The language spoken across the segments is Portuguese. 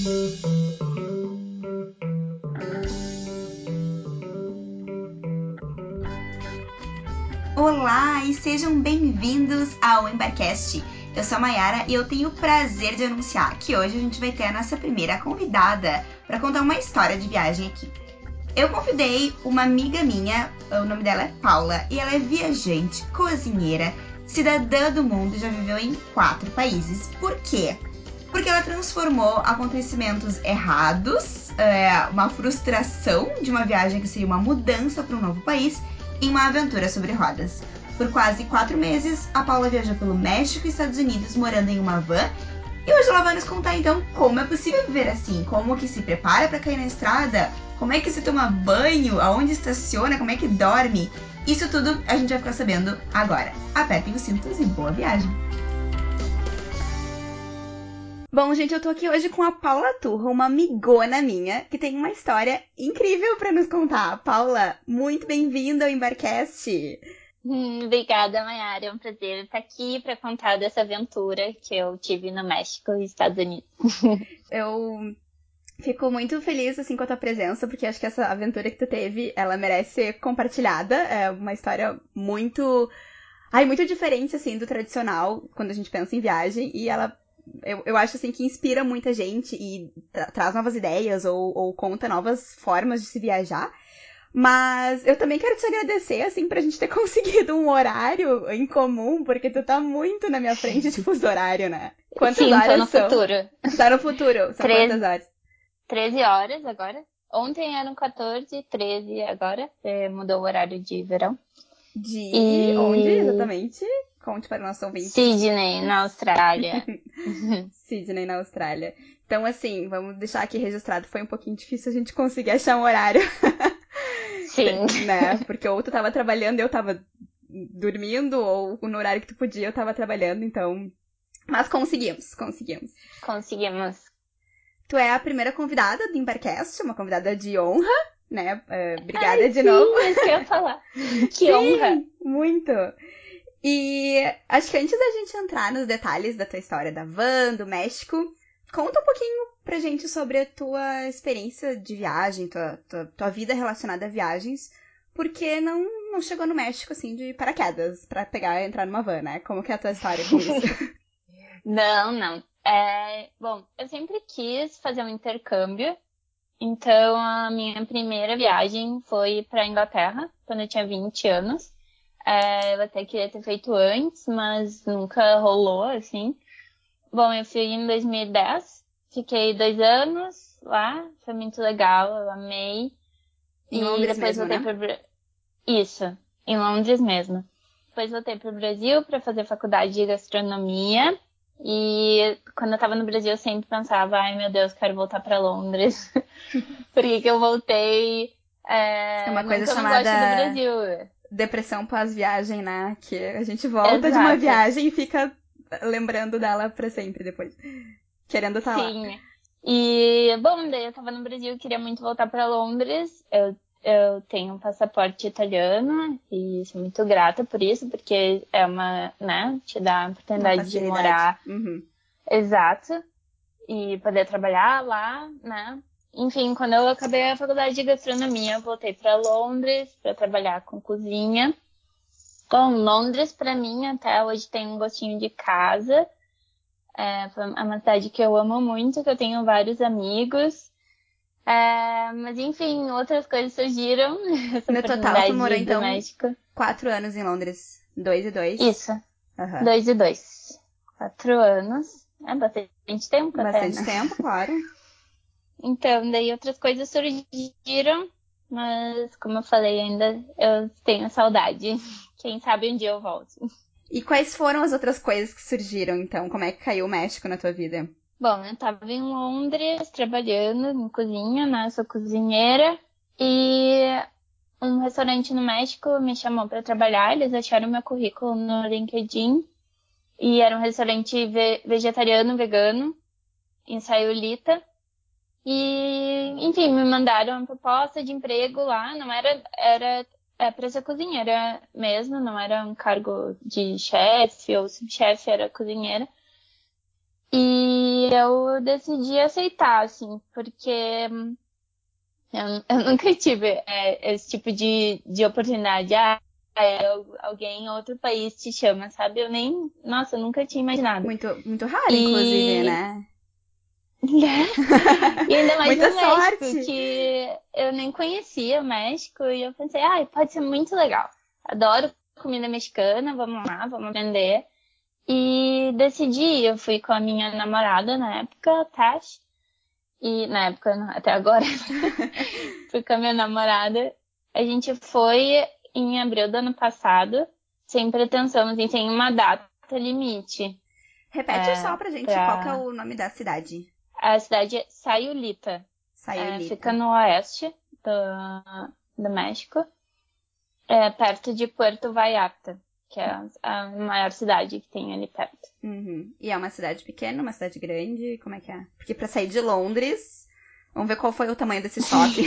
Olá e sejam bem-vindos ao Embarcast. Eu sou a Mayara e eu tenho o prazer de anunciar que hoje a gente vai ter a nossa primeira convidada para contar uma história de viagem aqui. Eu convidei uma amiga minha, o nome dela é Paula, e ela é viajante, cozinheira, cidadã do mundo e já viveu em 4 países. Por quê? Porque ela transformou acontecimentos errados, uma frustração de uma viagem que seria uma mudança para um novo país, em uma aventura sobre rodas. Por quase 4 meses, a Paula viajou pelo México e Estados Unidos morando em uma van. E hoje ela vai nos contar então como é possível viver assim, como que se prepara para cair na estrada, como é que se toma banho, aonde estaciona, como é que dorme. Isso tudo a gente vai ficar sabendo agora. Apertem os cintos e boa viagem! Bom, gente, eu tô aqui hoje com a Paula Turra, uma amigona minha, que tem uma história incrível pra nos contar. Paula, muito bem-vinda ao Embarcast. Obrigada, Mayara. É um prazer estar aqui pra contar dessa aventura que eu tive no México e Estados Unidos. Eu fico muito feliz, assim, com a tua presença, porque acho que essa aventura que tu teve, ela merece ser compartilhada. É uma história muito diferente, assim, do tradicional, quando a gente pensa em viagem, e ela... Eu acho, assim, que inspira muita gente e traz novas ideias ou conta novas formas de se viajar. Mas eu também quero te agradecer, assim, pra gente ter conseguido um horário em comum, porque tu tá muito na minha frente de fuso horário, né? Quantas Sim, horas tô no são? futuro. Tá no futuro. São quantas horas? 13 horas agora. Ontem eram 14, 13 agora. Mudou o horário de verão. De onde, exatamente? Conte para o nosso ouvinte. Sydney, na Austrália. Sydney, na Austrália. Então, assim, vamos deixar aqui registrado. Foi um pouquinho difícil a gente conseguir achar um horário. Sim. Né? Porque ou tu tava trabalhando e eu tava dormindo, ou no horário que tu podia eu tava trabalhando, então... Mas conseguimos. Conseguimos. Tu é a primeira convidada do Embarcast, uma convidada de honra, né? Obrigada de sim, novo. Isso que eu ia falar. Que Sim, honra. Muito! E acho que antes da gente entrar nos detalhes da tua história da van, do México, conta um pouquinho pra gente sobre a tua experiência de viagem, tua vida relacionada a viagens, porque não chegou no México, assim, de paraquedas, pra pegar e entrar numa van, né? Como que é a tua história com isso? Não. Bom, eu sempre quis fazer um intercâmbio. Então, a minha primeira viagem foi para Inglaterra, quando eu tinha 20 anos. Eu até queria ter feito antes, mas nunca rolou, assim. Bom, eu fui em 2010, fiquei 2 anos lá, foi muito legal, eu amei. Em E Londres depois mesmo, voltei né? para Isso, em Londres mesmo. Depois voltei para o Brasil para fazer faculdade de gastronomia. E quando eu tava no Brasil, eu sempre pensava, ai meu Deus, quero voltar para Londres. Por que eu voltei? É uma coisa Nunca mais gosto do chamada Brasil. depressão pós-viagem, né? Que a gente volta de uma Exato. viagem e fica lembrando dela pra sempre depois. Querendo estar lá. Sim. E, bom, daí eu tava no Brasil, queria muito voltar para Londres. Eu tenho um passaporte italiano e sou muito grata por isso, porque é né, te dá a Uma oportunidade de facilidade. morar. Uhum. Exato. E poder trabalhar lá, né? Enfim, quando eu acabei a faculdade de gastronomia, eu voltei para Londres para trabalhar com cozinha. Bom, Londres para mim até hoje tem um gostinho de casa. É uma cidade que eu amo muito, que eu tenho vários amigos. Mas enfim, outras coisas surgiram. Essa No total, tu morou, oportunidade do então, México. 4 anos em Londres. 2 e 2. Isso, Uhum. 2 e 2. 4 anos. É bastante tempo até, Bastante né? tempo, claro. Então, daí outras coisas surgiram, mas como eu falei, ainda eu tenho saudade. Quem sabe um dia eu volto. E quais foram as outras coisas que surgiram, então? Como é que caiu o México na tua vida? Bom, eu tava em Londres trabalhando em cozinha, né? Eu sou cozinheira. E um restaurante no México me chamou para trabalhar. Eles acharam meu currículo no LinkedIn. E era um restaurante vegetariano, vegano, em Sayulita. E, enfim, me mandaram uma proposta de emprego lá. Não era para ser cozinheira mesmo, não era um cargo de chefe ou subchefe, era cozinheira. E eu decidi aceitar, assim, porque eu nunca tive esse tipo de oportunidade. Alguém em outro país te chama, sabe? Nossa, eu nunca tinha imaginado. Muito, muito raro, inclusive, E, né? e ainda mais Muita no México, sorte! que eu nem conhecia o México, e eu pensei, ai, pode ser muito legal. Adoro comida mexicana, vamos lá, vamos aprender. E decidi, eu fui com a minha namorada na época, Tash, e na época, até agora, fui com a minha namorada. A gente foi em abril do ano passado, sem pretensão, assim, sem uma data limite. Repete só pra gente qual que é o nome da cidade. A cidade é Sayulita. Sayulita. Fica no oeste do México, perto de Puerto Vallarta, que é a maior cidade que tem ali perto. Uhum. E é uma cidade pequena, uma cidade grande? Como é que é? Porque pra sair de Londres, vamos ver qual foi o tamanho desse choque.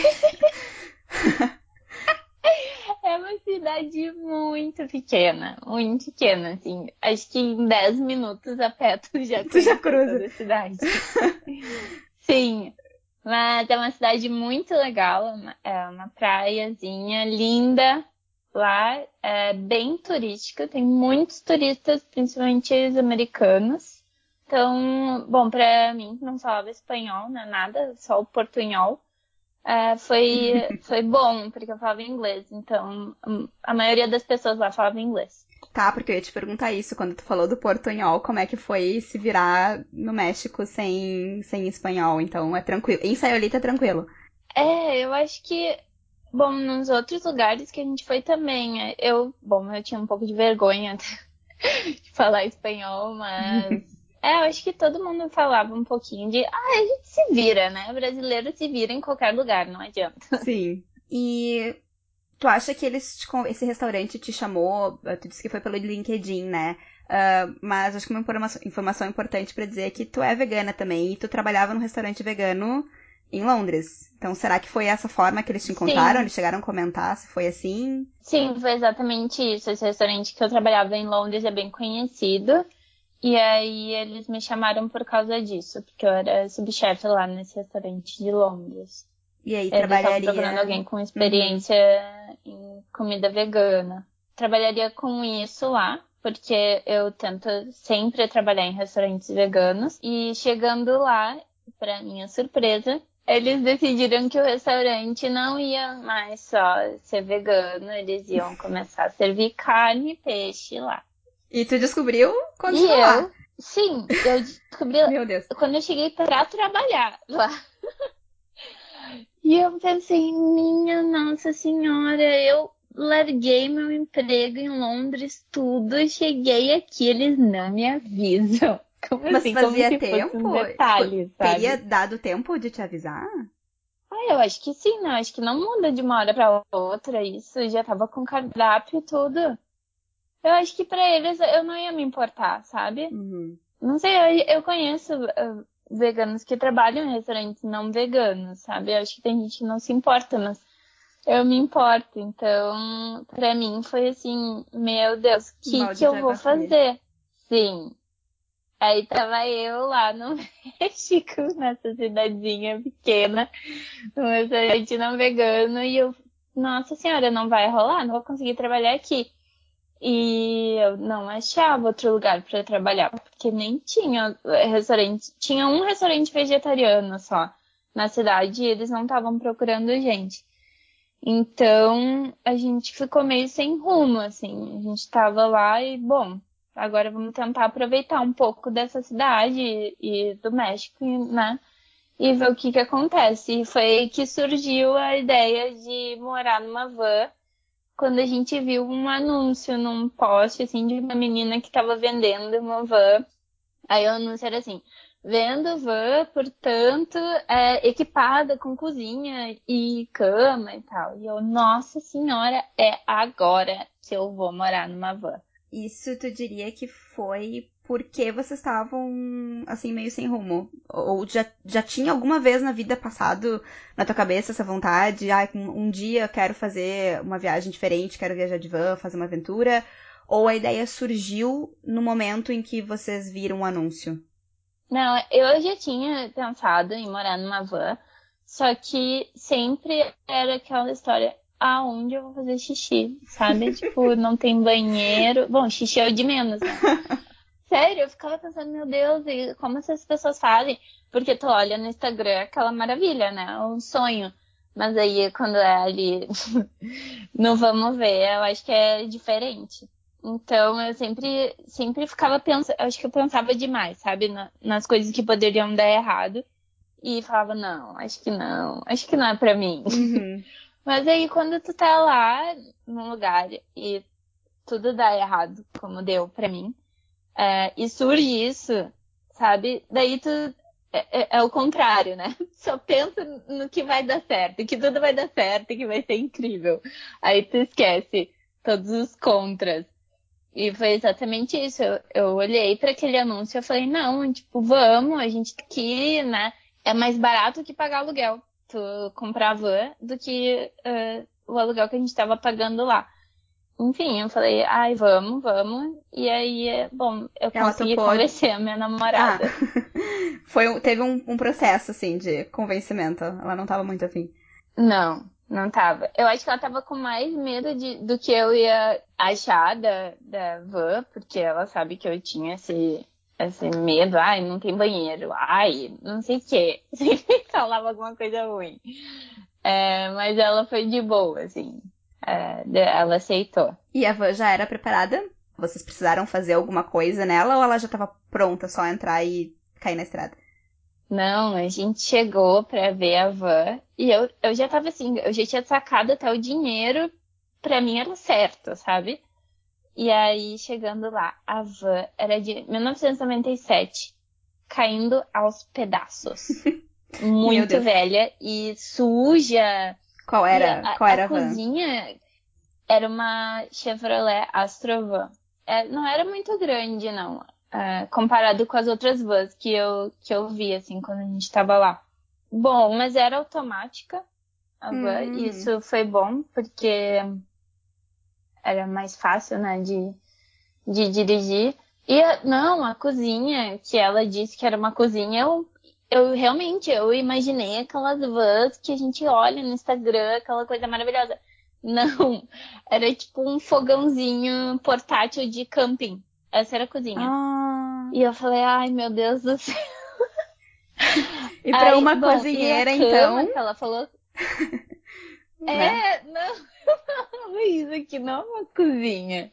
É uma cidade muito pequena, assim. Acho que em 10 minutos a pé tu já Tu já conhece cruza. toda a cidade. Sim, mas é uma cidade muito legal, é uma praiazinha linda lá, é bem turística, tem muitos turistas, principalmente os americanos. Então, bom, pra mim que não falava espanhol, né, nada, só o portunhol, foi bom, porque eu falava inglês, então a maioria das pessoas lá falava inglês. Tá, porque eu ia te perguntar isso, quando tu falou do portunhol, como é que foi se virar no México sem espanhol? Então é tranquilo. Em Sayulita é tranquilo. Eu acho que, bom, nos outros lugares que a gente foi também, eu tinha um pouco de vergonha de falar espanhol, mas eu acho que todo mundo falava um pouquinho a gente se vira, né? O brasileiro se vira em qualquer lugar, não adianta. Sim. E tu acha que esse restaurante te chamou, tu disse que foi pelo LinkedIn, né? Mas acho que uma informação importante pra dizer é que tu é vegana também e tu trabalhava num restaurante vegano em Londres. Então, será que foi essa forma que eles te encontraram? Sim, Eles chegaram a comentar se foi assim? sim, foi exatamente isso. Esse restaurante que eu trabalhava em Londres é bem conhecido. E aí eles me chamaram por causa disso, porque eu era subchefe lá nesse restaurante de Londres. E aí, Eles estavam procurando trabalharia... alguém com Uhum. experiência em comida vegana. Trabalharia com isso lá, porque eu tento sempre trabalhar em restaurantes veganos. E chegando lá, para minha surpresa, eles decidiram que o restaurante não ia mais só ser vegano, eles iam começar a servir carne e peixe lá. E tu descobriu quando E chegou lá. eu descobri Meu Deus. quando eu cheguei para trabalhar lá. E eu pensei, minha Nossa Senhora, eu larguei meu emprego em Londres, tudo, e cheguei aqui, eles não me avisam. Como Mas assim? Como fazia se fosse um tempo? Tipo, detalhe, teria sabe? dado tempo de te avisar? Eu acho que sim, né? Acho que não muda de uma hora para outra isso. Já tava com cardápio e tudo. Eu acho que para eles eu não ia me importar, sabe? Uhum. Não sei, eu conheço veganos que trabalham em restaurantes não veganos, sabe? Eu acho que tem gente que não se importa, mas eu me importo. Então, pra mim foi assim, meu Deus, o Um que balde de eu vou água fria. fazer? Sim. Aí tava eu lá no México, nessa cidadezinha pequena, num restaurante não vegano, e eu, nossa senhora, não vai rolar, não vou conseguir trabalhar aqui. E eu não achava outro lugar para trabalhar, porque nem tinha restaurante. Tinha um restaurante vegetariano só na cidade e eles não estavam procurando gente. Então a gente ficou meio sem rumo, assim. A gente tava lá e, bom, agora vamos tentar aproveitar um pouco dessa cidade e do México, né? E ver o que que acontece. E foi aí que surgiu a ideia de morar numa van quando a gente viu um anúncio num post, assim, de uma menina que estava vendendo uma van. Aí o anúncio era assim, vendo van, portanto, equipada com cozinha e cama e tal. E eu, nossa senhora, é agora que eu vou morar numa van. Isso tu diria que foi porque vocês estavam, assim, meio sem rumo? Ou já tinha alguma vez na vida passado na tua cabeça essa vontade? Um dia eu quero fazer uma viagem diferente, quero viajar de van, fazer uma aventura? Ou a ideia surgiu no momento em que vocês viram o anúncio? Não, eu já tinha pensado em morar numa van, só que sempre era aquela história, aonde eu vou fazer xixi, sabe? Tipo, não tem banheiro. Bom, xixi é o de menos, né? Sério, eu ficava pensando, meu Deus, e como essas pessoas fazem? Porque tu olha no Instagram, é aquela maravilha, né? É um sonho. Mas aí, quando é ali no vamos ver, eu acho que é diferente. Então, eu sempre ficava pensando, acho que eu pensava demais, sabe? Nas coisas que poderiam dar errado. E falava, não, acho que não é pra mim. Uhum. Mas aí, quando tu tá lá num lugar e tudo dá errado, como deu pra mim, e surge isso, sabe? Daí tu é o contrário, né? Só pensa no que vai dar certo, que tudo vai dar certo, que vai ser incrível. Aí tu esquece todos os contras. E foi exatamente isso. Eu olhei para aquele anúncio e falei, não, tipo, vamos, a gente tá aqui, né? É mais barato que pagar aluguel. Tu comprar a van do que o aluguel que a gente tava pagando lá. Enfim, eu falei, ai, vamos, vamos. E aí, bom, eu Ela consegui topou. convencer a minha Ah, namorada. teve um processo, assim, de convencimento. Ela não tava muito afim. Não tava. Eu acho que ela tava com mais medo do que eu ia achar da van, porque ela sabe que eu tinha esse medo. Ai, não tem banheiro. Ai, não sei o quê. Sempre falava alguma coisa ruim. Mas ela foi de boa, assim. Ela aceitou. E a van já era preparada? Vocês precisaram fazer alguma coisa nela ou ela já tava pronta, só entrar e cair na estrada? Não, a gente chegou pra ver a van e eu já tava assim, eu já tinha sacado até o dinheiro, pra mim era certo, sabe? E aí, chegando lá, a van era de 1997, caindo aos pedaços. Meu Muito Deus. velha e suja. Qual E era, a, qual a era a van? cozinha era uma Chevrolet Astrovan. Não era muito grande, não. Comparado com as outras vans que eu vi, assim, quando a gente tava lá. Bom, mas era automática a van. E Hum. isso foi bom, porque era mais fácil, né, de dirigir. E não, a cozinha, que ela disse que era uma cozinha, eu realmente, eu imaginei aquelas vans que a gente olha no Instagram, aquela coisa maravilhosa. Não, era tipo um fogãozinho portátil de camping. Essa era a cozinha. Ah. E eu falei, ai meu Deus do céu. E pra Aí, uma bom, e a cozinheira, cama então, que ela falou, né? não, isso aqui não é uma cozinha.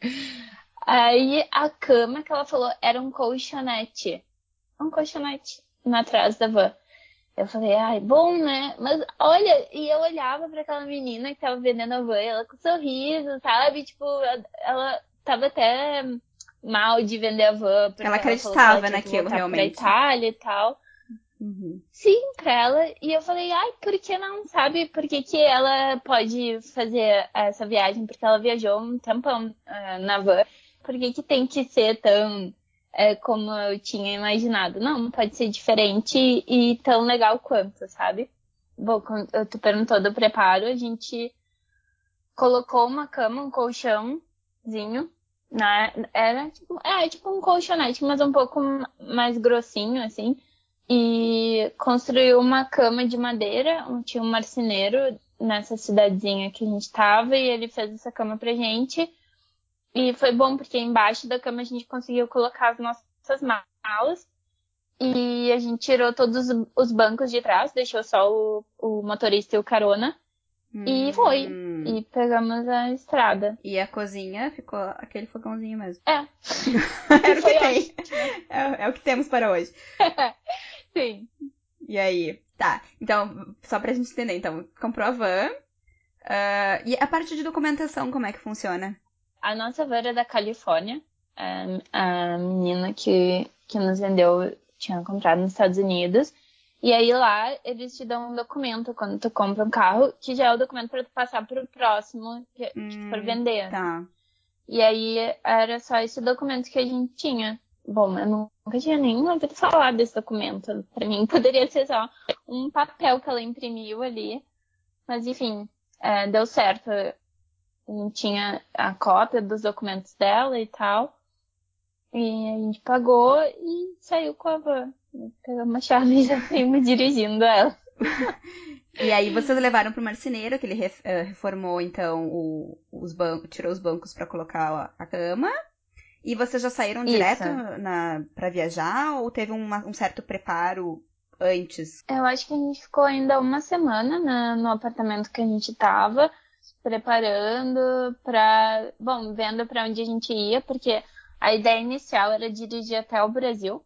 Aí a cama que ela falou era um colchonete. Um colchonete na trás da van. Eu falei, ai, bom, né? Mas olha, e eu olhava pra aquela menina que tava vendendo a van, ela com sorriso, sabe? Tipo, ela tava até mal de vender a van, Ela porque ela falou que ela acreditava tinha que naquilo, voltar pra realmente. Itália e tal. Uhum. Sim, pra ela. E eu falei, ai, por que não? Sabe? Por que que ela pode fazer essa viagem? Porque ela viajou um tempão na van. Por que que tem que ser tão como eu tinha imaginado? Não, pode ser diferente e tão legal quanto, sabe? Bom, quando tu perguntou do preparo, a gente colocou uma cama, um colchãozinho, né? Era tipo um colchonete, mas um pouco mais grossinho, assim. E construiu uma cama de madeira, tinha um marceneiro nessa cidadezinha que a gente tava, e ele fez essa cama pra gente. E foi bom, porque embaixo da cama a gente conseguiu colocar as nossas malas. E a gente tirou todos os bancos de trás, deixou só o motorista e o carona. E foi. Hum. E pegamos a estrada. E a cozinha ficou aquele fogãozinho mesmo. É, e Era o que foi tem. ótimo. É o que temos para hoje. Sim. E aí? Tá. Então, só pra gente entender. Então, comprou a van. E a parte de documentação, como é que funciona? A nossa van é da Califórnia. A menina que nos vendeu tinha comprado nos Estados Unidos. E aí lá eles te dão um documento quando tu compra um carro, que já é o documento para tu passar pro próximo que tu for vender, assim. Tá. E aí era só esse documento que a gente tinha. Bom, eu nunca tinha nem ouvido falar desse documento. Pra mim poderia ser só um papel que ela imprimiu ali. Mas enfim, deu certo. A gente tinha a cópia dos documentos dela e tal. E a gente pagou e saiu com a van. Pegar uma chave e já saímos dirigindo ela. E aí vocês levaram pro marceneiro, que ele reformou, então, os bancos, tirou os bancos pra colocar a cama. E vocês já saíram direto pra viajar ou teve um certo preparo antes? Eu acho que a gente ficou ainda uma semana no apartamento que a gente tava, preparando vendo pra onde a gente ia, porque a ideia inicial era dirigir até o Brasil.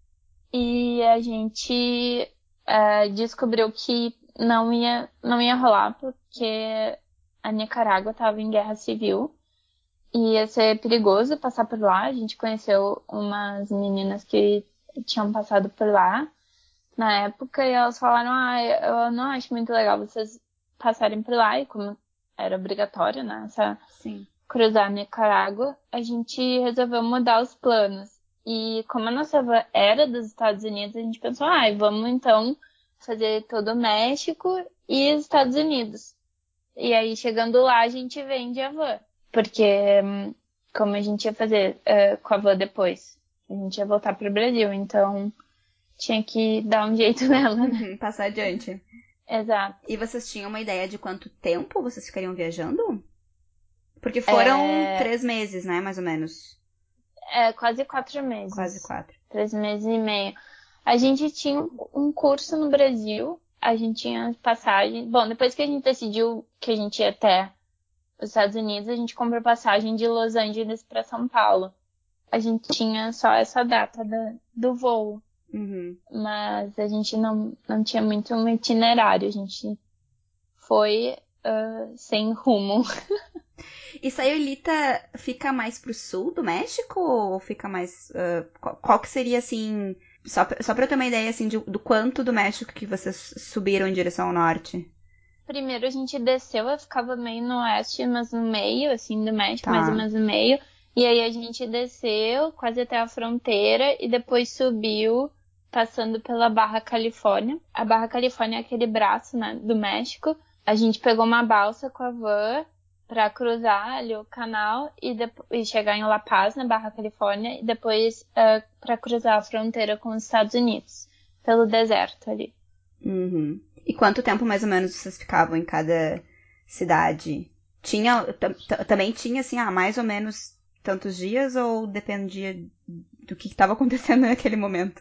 E a gente descobriu que não ia rolar, porque a Nicarágua estava em guerra civil e ia ser perigoso passar por lá. A gente conheceu umas meninas que tinham passado por lá na época e elas falaram: eu não acho muito legal vocês passarem por lá. E como era obrigatório, né, Sim. cruzar a Nicarágua, a gente resolveu mudar os planos. E como a nossa van era dos Estados Unidos, a gente pensou, vamos então fazer todo o México e os Estados Unidos. E aí, chegando lá, a gente vende a van. Porque, como a gente ia fazer com a van depois? A gente ia voltar pro Brasil, então tinha que dar um jeito nela, né? Passar adiante. Exato. E vocês tinham uma ideia de quanto tempo vocês ficariam viajando? Porque foram 3 meses, né, mais ou menos. Quase 4 meses. Quase 4. 3 meses e meio. A gente tinha um curso no Brasil, a gente tinha passagem. Bom, depois que a gente decidiu que a gente ia até os Estados Unidos, a gente comprou passagem de Los Angeles para São Paulo. A gente tinha só essa data do voo. Uhum. Mas a gente não tinha muito um itinerário. A gente foi sem rumo. E Sayulita fica mais pro sul do México ou fica mais... qual que seria, assim... Só pra eu ter uma ideia, assim, do quanto do México que vocês subiram em direção ao norte. Primeiro a gente desceu, eu ficava meio no oeste, mas no meio, assim, do México, Tá. mais ou menos no meio. E aí a gente desceu quase até a fronteira e depois subiu, passando pela Barra Califórnia. A Barra Califórnia é aquele braço, né, do México. A gente pegou uma balsa com a van pra cruzar ali o canal e chegar em La Paz, na Barra Califórnia, e depois pra cruzar a fronteira com os Estados Unidos, pelo deserto ali. Uhum. E quanto tempo mais ou menos vocês ficavam em cada cidade? Também tinha, assim, mais ou menos tantos dias ou dependia do que estava acontecendo naquele momento?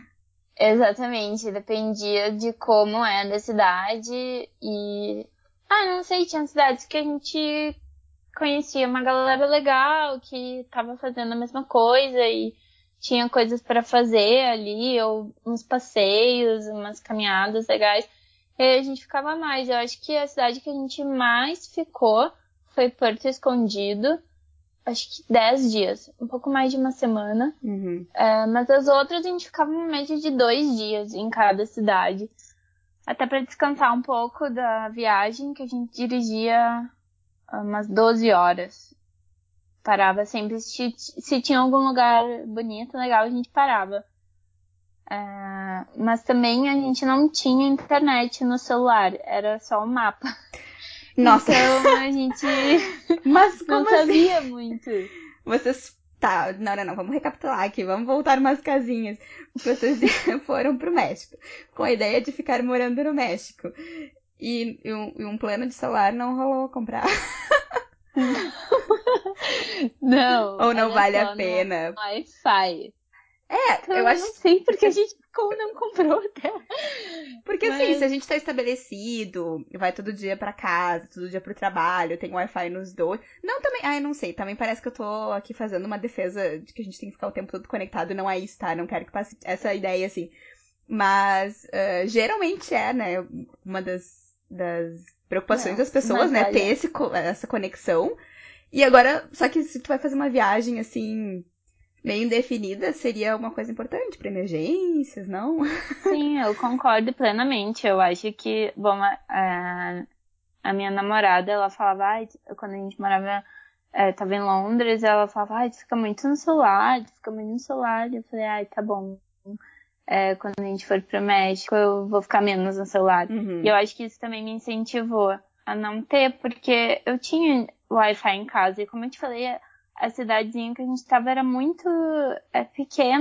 Exatamente, dependia de como é da cidade e... não sei, tinha cidades que a gente conhecia uma galera legal que tava fazendo a mesma coisa e tinha coisas para fazer ali, ou uns passeios, umas caminhadas legais. E aí a gente ficava mais. Eu acho que a cidade que a gente mais ficou foi Porto Escondido. Acho que 10 dias, um pouco mais de uma semana. Uhum. Mas as outras a gente ficava uma média de 2 dias em cada cidade. Até para descansar um pouco da viagem, que a gente dirigia umas 12 horas. Parava sempre. Se tinha algum lugar bonito, legal, a gente parava. Mas também a gente não tinha internet no celular, era só o mapa. Nossa. Então a gente Mas não como sabia assim? muito. Vocês... Tá, não, vamos recapitular aqui, vamos voltar umas casinhas. Vocês foram pro México, com a ideia de ficar morando no México. E um plano de celular não rolou comprar. Não, Ou não olha vale a só, pena. no Wi-Fi. Então, Eu eu acho... não sei porque a gente não comprou até. Porque assim, se a gente tá estabelecido, vai todo dia pra casa, todo dia pro trabalho, tem Wi-Fi nos dois. Não, também. Eu não sei. Também parece que eu tô aqui fazendo uma defesa de que a gente tem que ficar o tempo todo conectado. Não é isso, tá? Não quero que passe essa ideia assim. Mas geralmente né? Uma das preocupações das pessoas, né? Olha, Ter essa conexão. E agora, só que se tu vai fazer uma viagem assim, meio indefinida, seria uma coisa importante pra emergências, não? sim, eu concordo plenamente. Eu acho que, bom, a minha namorada, ela falava, quando a gente morava, tava em Londres, ela falava, tu fica muito no celular, tu fica muito no celular. Eu falei, tá bom. Quando a gente for pro México, eu vou ficar menos no celular. Uhum. E eu acho que isso também me incentivou a não ter, porque eu tinha Wi-Fi em casa. E como eu te falei, a cidadezinha que a gente tava era muito pequena.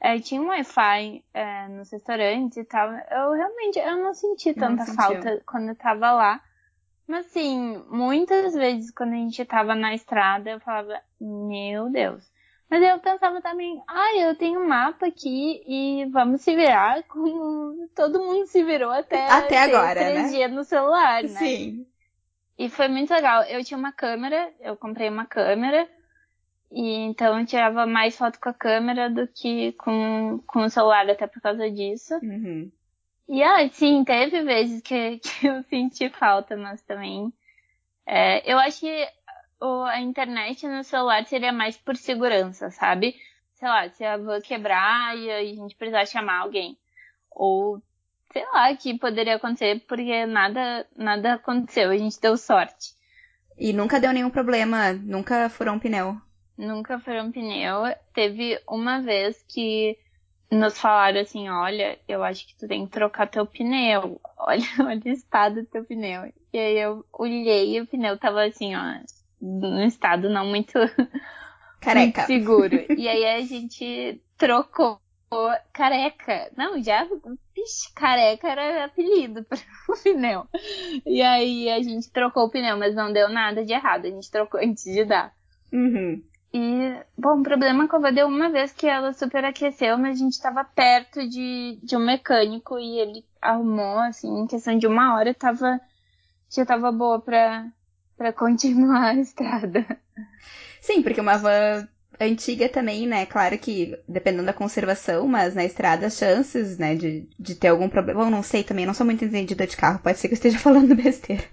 tinha um Wi-Fi nos restaurantes e tal. Eu não senti tanta falta quando eu tava lá. Mas assim, muitas vezes quando a gente tava na estrada, eu falava, meu Deus. Mas eu pensava também, eu tenho um mapa aqui e vamos se virar como todo mundo se virou até agora, 3G no celular, né? Sim. E foi muito legal. Eu tinha uma câmera, eu comprei uma câmera, e então eu tirava mais foto com a câmera do que com o celular, até por causa disso. Uhum. E sim, teve vezes que eu senti falta, mas também... eu acho que a internet no celular seria mais por segurança, sabe? Sei lá, se a van quebrar e a gente precisar chamar alguém. Ou, sei lá, que poderia acontecer porque nada aconteceu, a gente deu sorte. E nunca deu nenhum problema, nunca furou um pneu. Nunca furou um pneu. Teve uma vez que nos falaram assim, olha, eu acho que tu tem que trocar teu pneu. Olha o estado do teu pneu. E aí eu olhei e o pneu tava assim, ó, num estado não muito, Careca. muito seguro. E aí a gente trocou careca. Não, careca era apelido para o pneu. E aí a gente trocou o pneu, mas não deu nada de errado. A gente trocou antes de dar. Uhum. E, bom, o problema com a van deu uma vez que ela superaqueceu, mas a gente tava perto de um mecânico e ele arrumou, assim, em questão de 1 hora, já tava boa pra continuar a estrada. Sim, porque uma van antiga também, né? Claro que dependendo da conservação, mas na estrada as chances, né, de ter algum problema. Bom, não sei também, não sou muito entendida de carro, pode ser que eu esteja falando besteira.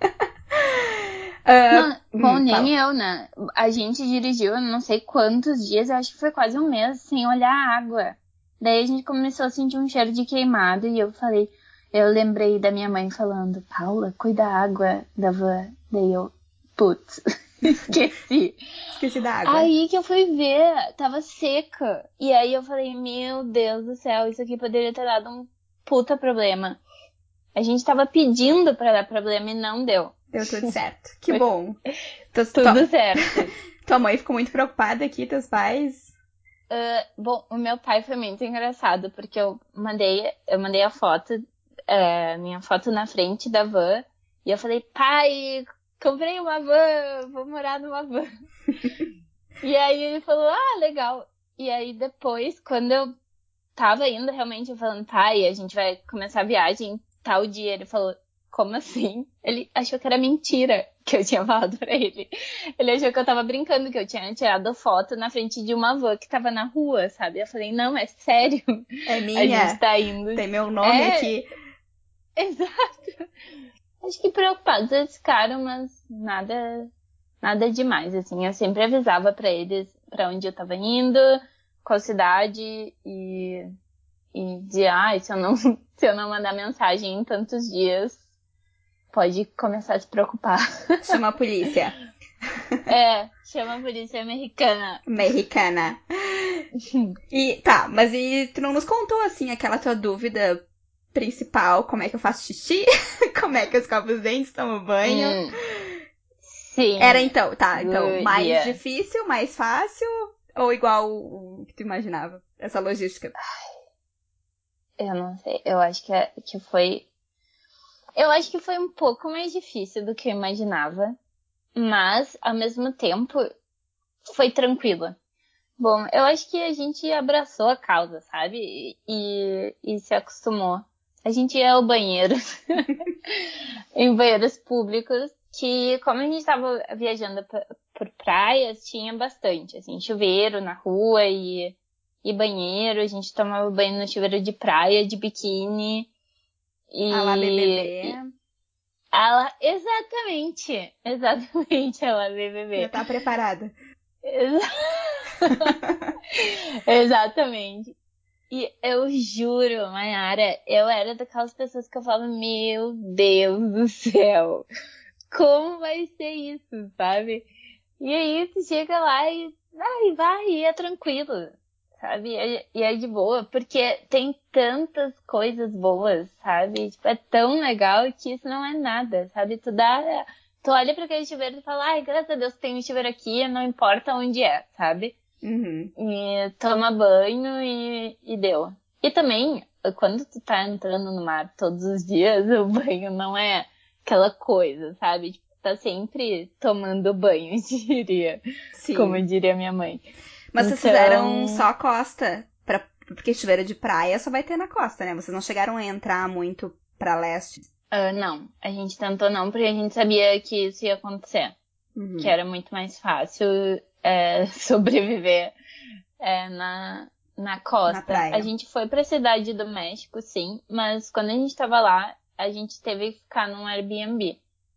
Nem eu, né? A gente dirigiu, eu não sei quantos dias, eu acho que foi quase um mês sem olhar a água. Daí a gente começou a sentir um cheiro de queimado e eu lembrei da minha mãe falando, Paula, cuida da água da van. Daí eu, putz, esqueci. Esqueci da água. Aí que eu fui ver, tava seca. E aí eu falei, meu Deus do céu, isso aqui poderia ter dado um puta problema. A gente tava pedindo pra dar problema e não deu. Deu tudo certo. Que bom. Tudo certo. Tua mãe ficou muito preocupada aqui, teus pais? Bom, o meu pai foi muito engraçado, porque eu mandei a foto, minha foto na frente da van, e eu falei, pai, comprei uma van, vou morar numa van. E aí ele falou, legal. E aí depois, quando eu tava indo realmente falando, pai, a gente vai começar a viagem tal dia, ele falou, como assim? Ele achou que era mentira que eu tinha falado pra ele. Ele achou que eu tava brincando, que eu tinha tirado foto na frente de uma van que tava na rua, sabe? Eu falei, não, é sério. É minha. A gente tá indo. Tem meu nome aqui. Exato. Acho que preocupados eles ficaram, mas nada demais, assim. Eu sempre avisava pra eles pra onde eu tava indo, qual cidade e dizia, se eu não mandar mensagem em tantos dias, pode começar a se preocupar. Chama a polícia. Chama a polícia americana. Mas tu não nos contou, assim, aquela tua dúvida principal, como é que eu faço xixi? Como é que eu escovo os dentes, tomo banho? Sim. Era então, mais difícil, mais fácil, ou igual o que tu imaginava? Essa logística. Eu não sei, eu acho que foi... Eu acho que foi um pouco mais difícil do que eu imaginava, mas, ao mesmo tempo, foi tranquilo. Bom, eu acho que a gente abraçou a causa, sabe? E se acostumou. A gente ia ao banheiro, em banheiros públicos, que como a gente tava viajando por praias, tinha bastante, assim, chuveiro na rua e banheiro. A gente tomava banho no chuveiro de praia, de biquíni. A lá BBB. Exatamente, a lá BBB. Já tá preparada. Exatamente. E eu juro, Mayara, eu era daquelas pessoas que eu falo, meu Deus do céu, como vai ser isso, sabe? E aí tu chega lá e vai, e é tranquilo, sabe? E é de boa, porque tem tantas coisas boas, sabe? Tipo, é tão legal que isso não é nada, sabe? Tu olha pra aquele chuveiro e fala, graças a Deus tem um chuveiro aqui, não importa onde é, sabe? E toma banho e deu. E também, quando tu tá entrando no mar todos os dias, o banho não é aquela coisa, sabe? Tipo, tá sempre tomando banho, diria. Sim. Como diria minha mãe. Mas vocês fizeram só costa? Porque chuveiro de praia só vai ter na costa, né? Vocês não chegaram a entrar muito pra leste? Não, a gente tentou não, porque a gente sabia que isso ia acontecer. Que era muito mais fácil sobreviver na costa. Na praia. A gente foi pra Cidade do México, sim, mas quando a gente tava lá, a gente teve que ficar num Airbnb.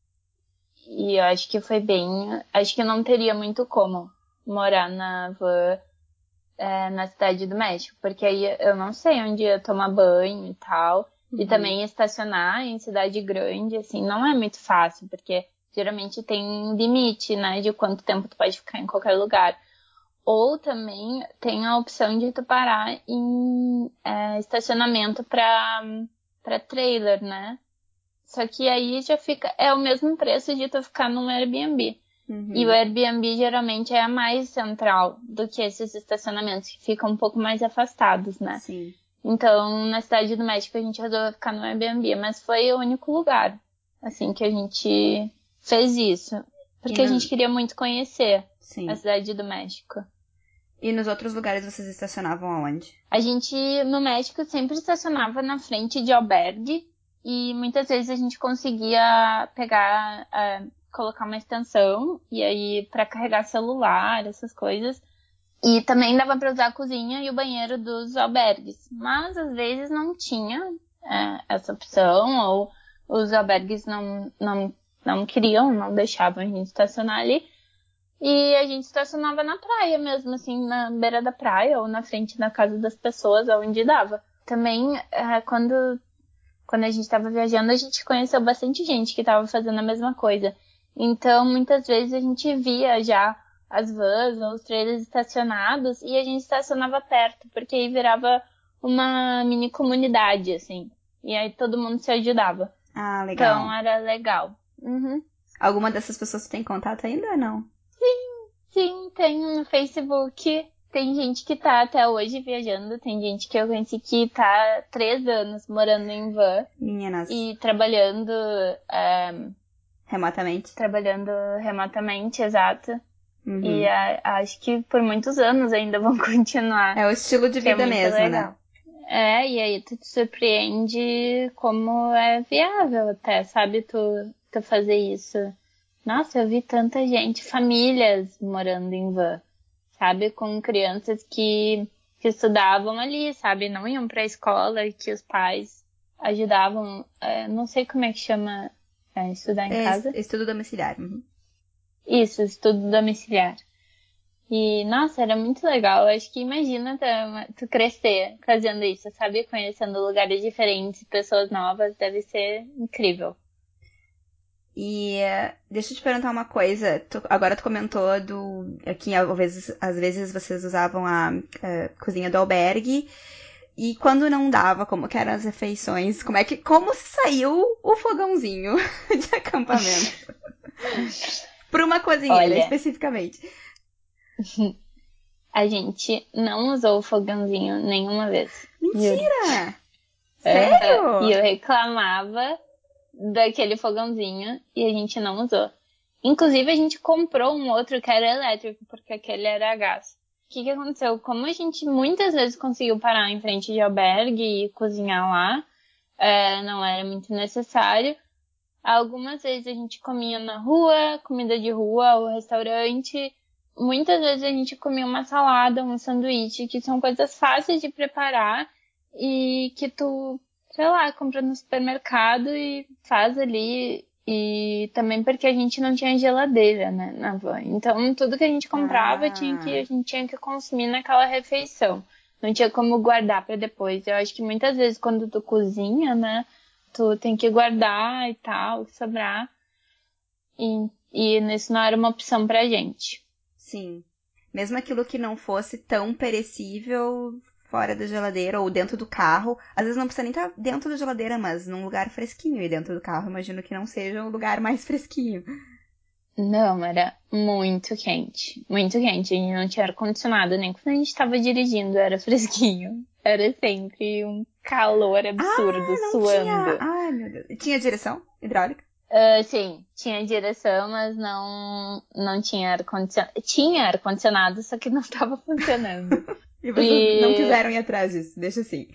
E eu acho que foi bem... Acho que não teria muito como morar na van na Cidade do México, porque aí eu não sei onde ia tomar banho e tal. E também estacionar em cidade grande, assim, não é muito fácil, porque geralmente tem limite, né, de quanto tempo tu pode ficar em qualquer lugar. Ou também tem a opção de tu parar em estacionamento pra trailer, né? Só que aí já é o mesmo preço de tu ficar num Airbnb. E o Airbnb geralmente é mais central do que esses estacionamentos que ficam um pouco mais afastados, né? Sim. Então, na Cidade do México a gente resolveu ficar no Airbnb, mas foi o único lugar, assim, que a gente fez isso. Porque a gente queria muito conhecer a Cidade do México. E nos outros lugares vocês estacionavam aonde? A gente, no México, sempre estacionava na frente de albergue e muitas vezes a gente conseguia pegar, colocar uma extensão e aí para carregar celular, essas coisas. E também dava para usar a cozinha e o banheiro dos albergues. Mas às vezes não tinha essa opção ou os albergues não queriam, não deixavam a gente estacionar ali. E a gente estacionava na praia mesmo, assim, na beira da praia ou na frente da casa das pessoas, onde dava. Também, quando a gente estava viajando, a gente conheceu bastante gente que estava fazendo a mesma coisa. Então, muitas vezes a gente via já as vans ou os trailers estacionados e a gente estacionava perto, porque aí virava uma mini comunidade, assim. E aí todo mundo se ajudava. Ah, legal. Então, era legal. Alguma dessas pessoas tem contato ainda ou não? Sim, tem no Facebook. Tem gente que tá até hoje viajando. Tem gente que eu conheci que tá há 3 anos morando em van. Meninas. E trabalhando... remotamente? Trabalhando remotamente, exato. E acho que por muitos anos ainda vão continuar. É o estilo de vida mesmo, legal. né? E aí tu te surpreende como é viável até, sabe? Tu fazer isso. Nossa, eu vi tanta gente, famílias morando em van, sabe? Com crianças que estudavam ali, sabe? Não iam pra escola, que os pais ajudavam, não sei como é que chama, estudar em casa. Estudo domiciliário. Isso, estudo domiciliar. E, nossa, era muito legal. Eu acho que imagina tu crescer fazendo isso, sabe? Conhecendo lugares diferentes, pessoas novas, deve ser incrível. E deixa eu te perguntar uma coisa. Agora tu comentou que às vezes vocês usavam a cozinha do albergue. E quando não dava, como que eram as refeições? Como saiu o fogãozinho de acampamento? Por uma cozinheira, especificamente. A gente não usou o fogãozinho nenhuma vez. Mentira! Sério? E eu reclamava daquele fogãozinho e a gente não usou. Inclusive, a gente comprou um outro que era elétrico, porque aquele era a gás. O que aconteceu? Como a gente muitas vezes conseguiu parar em frente de albergue e cozinhar lá, não era muito necessário. Algumas vezes a gente comia na rua, comida de rua ou restaurante. Muitas vezes a gente comia uma salada, um sanduíche, que são coisas fáceis de preparar e que tu, sei lá, compra no supermercado e faz ali. E também porque a gente não tinha geladeira, né, na van. Então, tudo que a gente comprava a gente tinha que consumir naquela refeição. Não tinha como guardar para depois. Eu acho que muitas vezes quando tu cozinha, né, tu tem que guardar e tal, sobrar. E isso não era uma opção pra gente. Sim. Mesmo aquilo que não fosse tão perecível fora da geladeira ou dentro do carro. Às vezes não precisa nem estar dentro da geladeira, mas num lugar fresquinho. E dentro do carro, imagino que não seja o lugar mais fresquinho. Não, era muito quente. Muito quente. A gente não tinha ar-condicionado, nem quando a gente tava dirigindo era fresquinho. Era sempre um calor absurdo, Não tinha... suando. Ai, meu Deus. Tinha direção hidráulica? Sim, tinha direção, mas não tinha ar-condicionado. Tinha ar-condicionado, só que não tava funcionando. E vocês não quiseram ir atrás disso, deixa assim.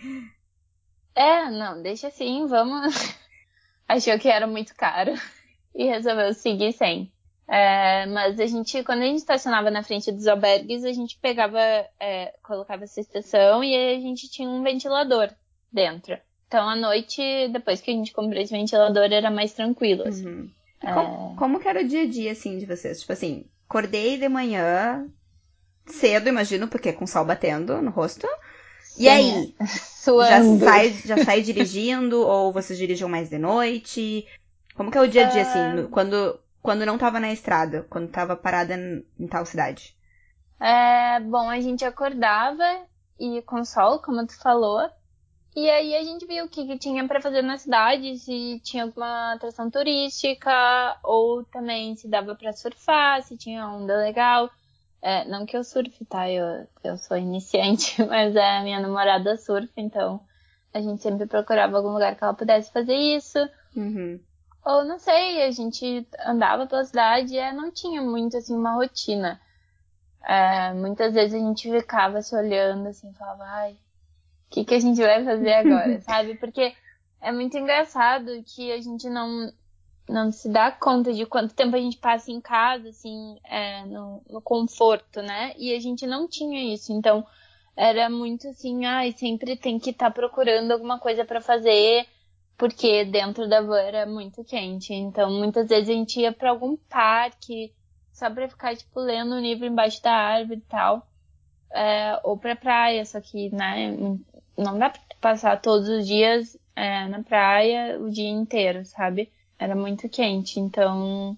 Não, deixa assim, vamos. Achou que era muito caro e resolveu seguir sem. Mas quando a gente estacionava na frente dos albergues, a gente colocava essa estação e aí a gente tinha um ventilador dentro. Então, à noite, depois que a gente comprou esse ventilador, era mais tranquilo, assim. Uhum. E como que era o dia a dia, assim, de vocês? Tipo assim, acordei de manhã, cedo, imagino, porque com o sol batendo no rosto. Sim, E aí? Suando. Já sai dirigindo ou vocês dirigiam mais de noite? Como que é o dia a dia, assim, quando não tava na estrada, quando tava parada em tal cidade? Bom, a gente acordava e com sol, como tu falou, e aí a gente viu o que tinha pra fazer na cidade, se tinha alguma atração turística, ou também se dava pra surfar, se tinha onda legal. Não que eu surfe, tá? Eu sou iniciante, mas a minha namorada surfa, então a gente sempre procurava algum lugar que ela pudesse fazer isso. Uhum. Ou não sei, a gente andava pela cidade e não tinha muito assim uma rotina. Muitas vezes a gente ficava se olhando assim, falava, ai, o que a gente vai fazer agora, sabe? Porque é muito engraçado que a gente não se dá conta de quanto tempo a gente passa em casa, assim, no conforto, né? E a gente não tinha isso, então era muito assim, ai, sempre tem que estar procurando alguma coisa pra fazer, porque dentro da van era muito quente. Então, muitas vezes a gente ia pra algum parque só pra ficar, tipo, lendo um livro embaixo da árvore e tal, ou pra praia, só que, né, não dá pra passar todos os dias na praia o dia inteiro, sabe? Era muito quente, então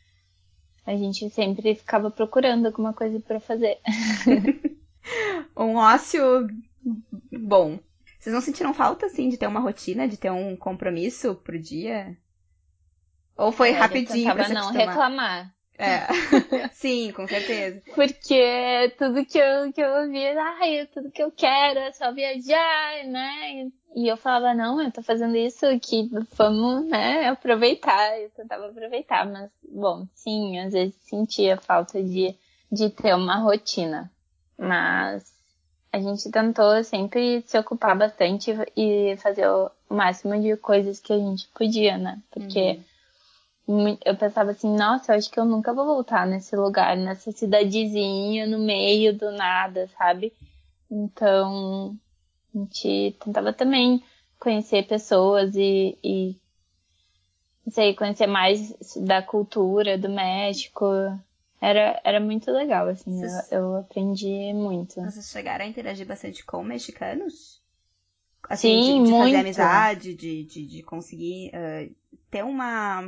a gente sempre ficava procurando alguma coisa pra fazer. Um ócio bom. Vocês não sentiram falta, assim, de ter uma rotina, de ter um compromisso pro dia? Ou foi Olha, eu rapidinho pra tentava se não acostumar? reclamar. É. Sim, com certeza. Porque tudo que eu ouvia, tudo que eu quero é só viajar, né? E eu falava, não, eu tô fazendo isso aqui, vamos, né, aproveitar. Eu tentava aproveitar, mas, bom, sim, às vezes sentia falta de ter uma rotina. Mas a gente tentou sempre se ocupar bastante e fazer o máximo de coisas que a gente podia, né? Porque eu pensava assim, nossa, eu acho que eu nunca vou voltar nesse lugar, nessa cidadezinha, no meio do nada, sabe? Então, a gente tentava também conhecer pessoas e não sei, conhecer mais da cultura do México. Era muito legal, assim, Vocês, eu aprendi muito. vocês chegaram a interagir bastante com mexicanos? Assim, Sim, de fazer muito. amizade, de conseguir ter uma...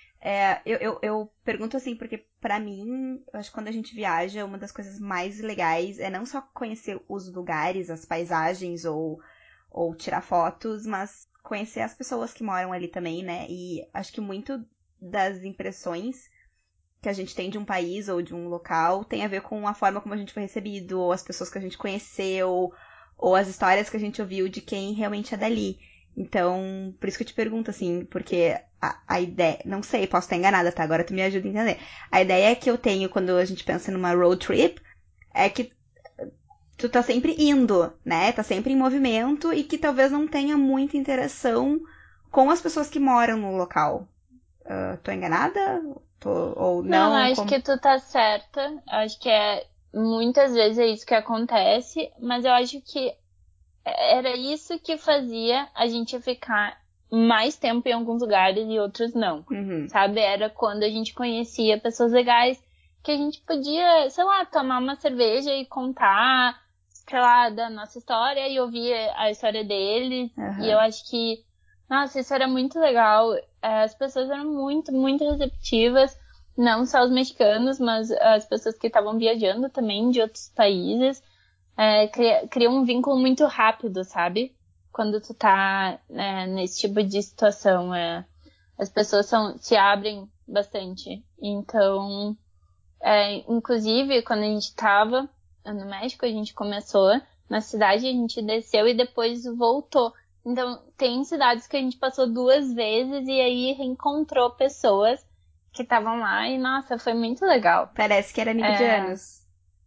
eu pergunto assim, porque pra mim, eu acho que quando a gente viaja, uma das coisas mais legais é não só conhecer os lugares, as paisagens ou tirar fotos, mas conhecer as pessoas que moram ali também, né? E acho que muito das impressões que a gente tem de um país ou de um local tem a ver com a forma como a gente foi recebido, ou as pessoas que a gente conheceu, ou as histórias que a gente ouviu de quem realmente é dali. Então, por isso que eu te pergunto, assim, porque a ideia... Não sei, posso estar enganada, tá? Agora tu me ajuda a entender. A ideia que eu tenho quando a gente pensa numa road trip é que tu tá sempre indo, né? Tá sempre em movimento e que talvez não tenha muita interação com as pessoas que moram no local. Tô enganada? Ou Não, não? acho que tu tá certa. Acho que muitas vezes é isso que acontece, mas eu acho que era isso que fazia a gente ficar mais tempo em alguns lugares e outros não. Uhum. Sabe? Era quando a gente conhecia pessoas legais que a gente podia, sei lá, tomar uma cerveja e contar, sei lá, da nossa história e ouvir a história deles. E eu Uhum. acho que, nossa, isso era muito legal. As pessoas eram muito, muito receptivas. Não só os mexicanos, mas as pessoas que estavam viajando também de outros países cria um vínculo muito rápido, sabe? Quando tu tá nesse tipo de situação. As pessoas se abrem bastante. Então, inclusive, quando a gente tava no México, a gente começou na cidade, a gente desceu e depois voltou. Então, tem cidades que a gente passou 2 vezes e aí reencontrou pessoas que estavam lá e, nossa, foi muito legal. Parece que era amigo de anos.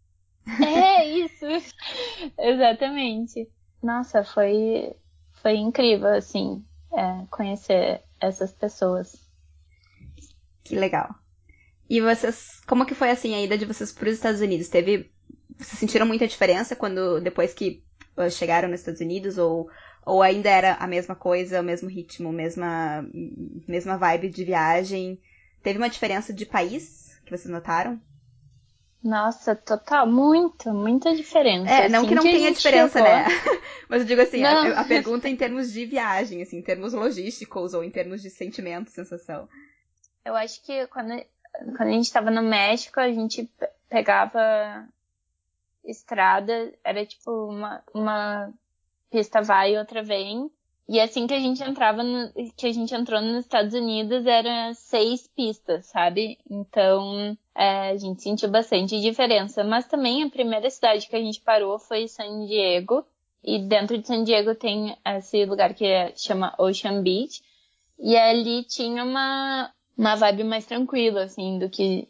É isso! Exatamente. Nossa, foi incrível, assim, conhecer essas pessoas. Que legal. E vocês, como que foi assim a ida de vocês para os Estados Unidos? Vocês sentiram muita diferença depois que chegaram nos Estados Unidos ou ainda era a mesma coisa, o mesmo ritmo, mesma vibe de viagem? Teve uma diferença de país que vocês notaram? Nossa, total, muita diferença. Não assim, que não tenha diferença, chegou... né? Mas eu digo assim, Não. a pergunta em termos de viagem, assim, em termos logísticos ou em termos de sentimento, sensação. Eu acho que quando a gente estava no México, a gente pegava estrada, era tipo uma pista vai e outra vem. E assim que a gente que a gente entrou nos Estados Unidos, era 6 pistas, sabe? Então, a gente sentiu bastante diferença. Mas também a primeira cidade que a gente parou foi San Diego. E dentro de San Diego tem esse lugar que chama Ocean Beach. E ali tinha uma vibe mais tranquila, assim, do que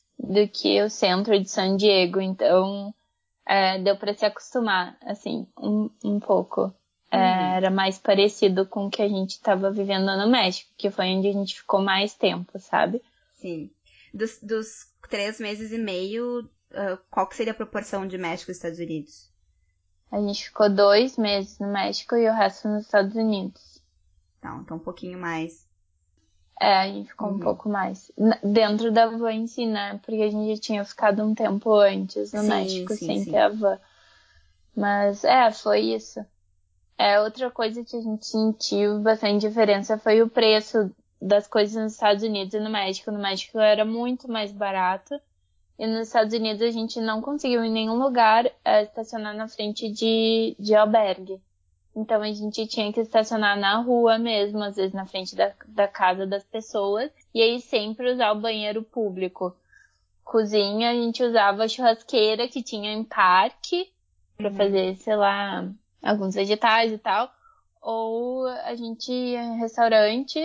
o centro de San Diego. Então, deu pra se acostumar, assim, um pouco. Era mais parecido com o que a gente estava vivendo no México, que foi onde a gente ficou mais tempo, sabe? Sim. Dos 3 meses e meio, qual que seria a proporção de México e Estados Unidos? A gente ficou 2 meses no México e o resto nos Estados Unidos. Então um pouquinho mais. A gente ficou um pouco mais. Dentro da van em si, né? Porque a gente já tinha ficado um tempo antes no México sem ter a van. Mas, foi isso. Outra coisa que a gente sentiu bastante diferença foi o preço das coisas nos Estados Unidos e no México. No México era muito mais barato. E nos Estados Unidos a gente não conseguiu em nenhum lugar estacionar na frente de albergue. Então a gente tinha que estacionar na rua mesmo, às vezes na frente da casa das pessoas. E aí sempre usar o banheiro público. Cozinha, a gente usava a churrasqueira que tinha em parque pra fazer, sei lá, alguns vegetais e tal. Ou a gente ia em restaurante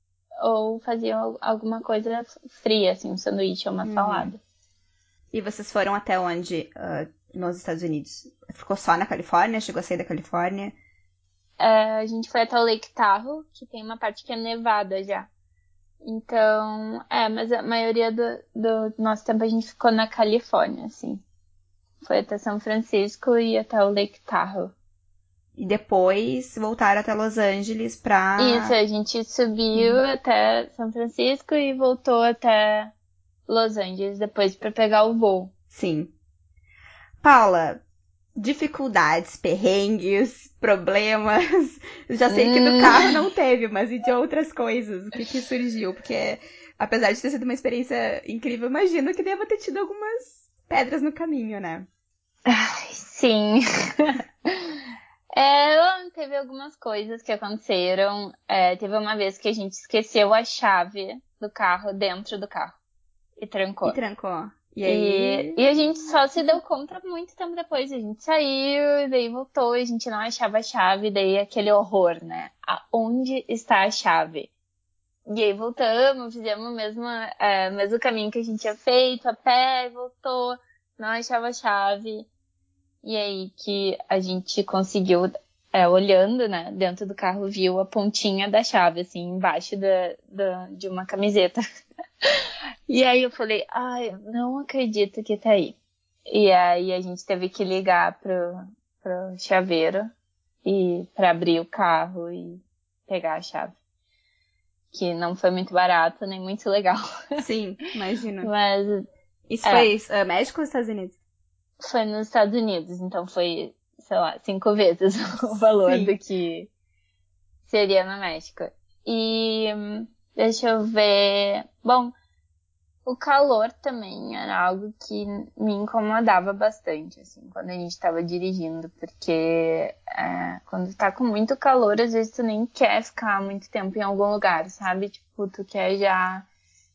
ou fazia alguma coisa fria, assim, um sanduíche ou uma salada. E vocês foram até onde nos Estados Unidos? Ficou só na Califórnia? Chegou a sair da Califórnia? A gente foi até o Lake Tahoe, que tem uma parte que é nevada já. Então, mas a maioria do nosso tempo a gente ficou na Califórnia, assim. Foi até São Francisco e até o Lake Tahoe. E depois voltaram até Los Angeles pra... Isso, a gente subiu até São Francisco e voltou até Los Angeles depois pra pegar o voo. Sim. Paula, dificuldades, perrengues, problemas. Já sei que do carro não teve, mas e de outras coisas? O que surgiu? Porque, apesar de ter sido uma experiência incrível, imagino que deva ter tido algumas pedras no caminho, né? Ai, sim. Teve algumas coisas que aconteceram. Teve uma vez que a gente esqueceu a chave do carro dentro do carro. E trancou. E aí? E a gente só se deu conta muito tempo depois. A gente saiu, e daí voltou, e a gente não achava a chave, daí aquele horror, né? Aonde está a chave? E aí voltamos, fizemos o mesmo caminho que a gente tinha feito, a pé, voltou, não achava a chave. E aí que a gente conseguiu, olhando, né, dentro do carro, viu a pontinha da chave, assim, embaixo de uma camiseta. E aí eu falei, ai, eu não acredito que tá aí. E aí a gente teve que ligar pro chaveiro pra abrir o carro e pegar a chave. Que não foi muito barato, nem muito legal. Sim, imagino. Mas Isso foi México ou Estados Unidos? foi nos Estados Unidos, então foi, sei lá, 5 vezes o valor do que seria no México. E deixa eu ver. Bom, o calor também era algo que me incomodava bastante, assim, quando a gente tava dirigindo, porque quando tá com muito calor, às vezes tu nem quer ficar muito tempo em algum lugar, sabe? Tipo, tu quer já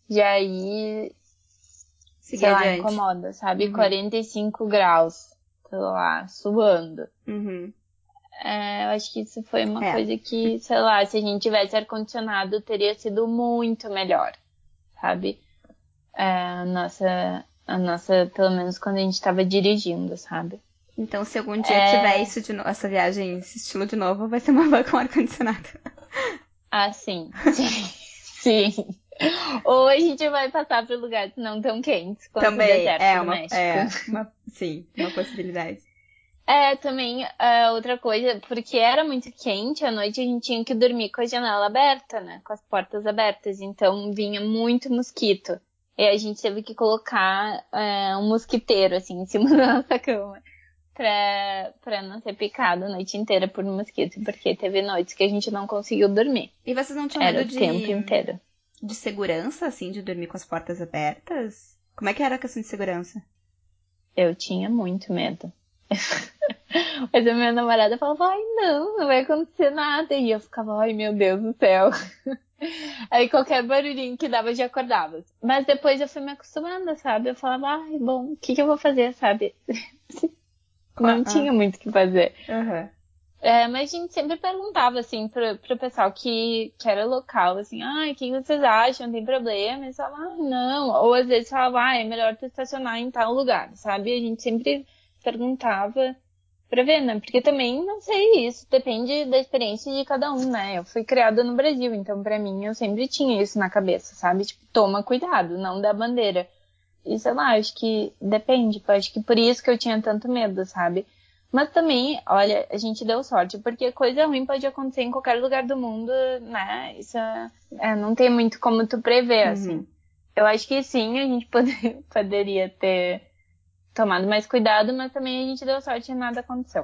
já aí, Seguir sei lá, adiante. incomoda, sabe? 45 graus, sei lá, suando. Uhum. Eu acho que isso foi uma É. coisa que, sei lá, se a gente tivesse ar-condicionado, teria sido muito melhor, sabe? A nossa, pelo menos quando a gente tava dirigindo, sabe? Então, se algum dia tiver isso essa viagem, esse estilo de novo, vai ser uma van com ar-condicionado. Ah, sim. Sim. Ou a gente vai passar por lugares não tão quentes quanto o Também deserto do México. sim, uma possibilidade. Também outra coisa, porque era muito quente, à noite a gente tinha que dormir com a janela aberta, né? Com as portas abertas. Então vinha muito mosquito. E a gente teve que colocar um mosquiteiro, assim, em cima da nossa cama. Pra não ser picado a noite inteira por mosquito. Porque teve noites que a gente não conseguiu dormir. E vocês não tinham Era medo o tempo inteiro. de segurança, assim, de dormir com as portas abertas? Como é que era a questão de segurança? Eu tinha muito medo. Mas a minha namorada falava, ai não vai acontecer nada. E eu ficava, ai meu Deus do céu. Aí qualquer barulhinho que dava, eu já acordava. Mas depois eu fui me acostumando, sabe? Eu falava, ai, bom, o que eu vou fazer, sabe? Não tinha muito o que fazer. Uhum. Mas a gente sempre perguntava, assim, pro pessoal que era local, assim, ai, o que vocês acham? Tem problema? Eles falavam, ah, não. Ou às vezes falavam, ah, é melhor tu estacionar em tal lugar, sabe? A gente sempre perguntava pra ver, né? Porque também, não sei, isso depende da experiência de cada um, né? Eu fui criada no Brasil, então pra mim eu sempre tinha isso na cabeça, sabe? Tipo, toma cuidado, não dá bandeira. E sei lá, acho que depende, acho que por isso que eu tinha tanto medo, sabe? Mas também, olha, a gente deu sorte, porque coisa ruim pode acontecer em qualquer lugar do mundo, né? Isso não tem muito como tu prever, assim. Eu acho que sim, a gente poderia ter tomado mais cuidado, mas também a gente deu sorte e nada aconteceu.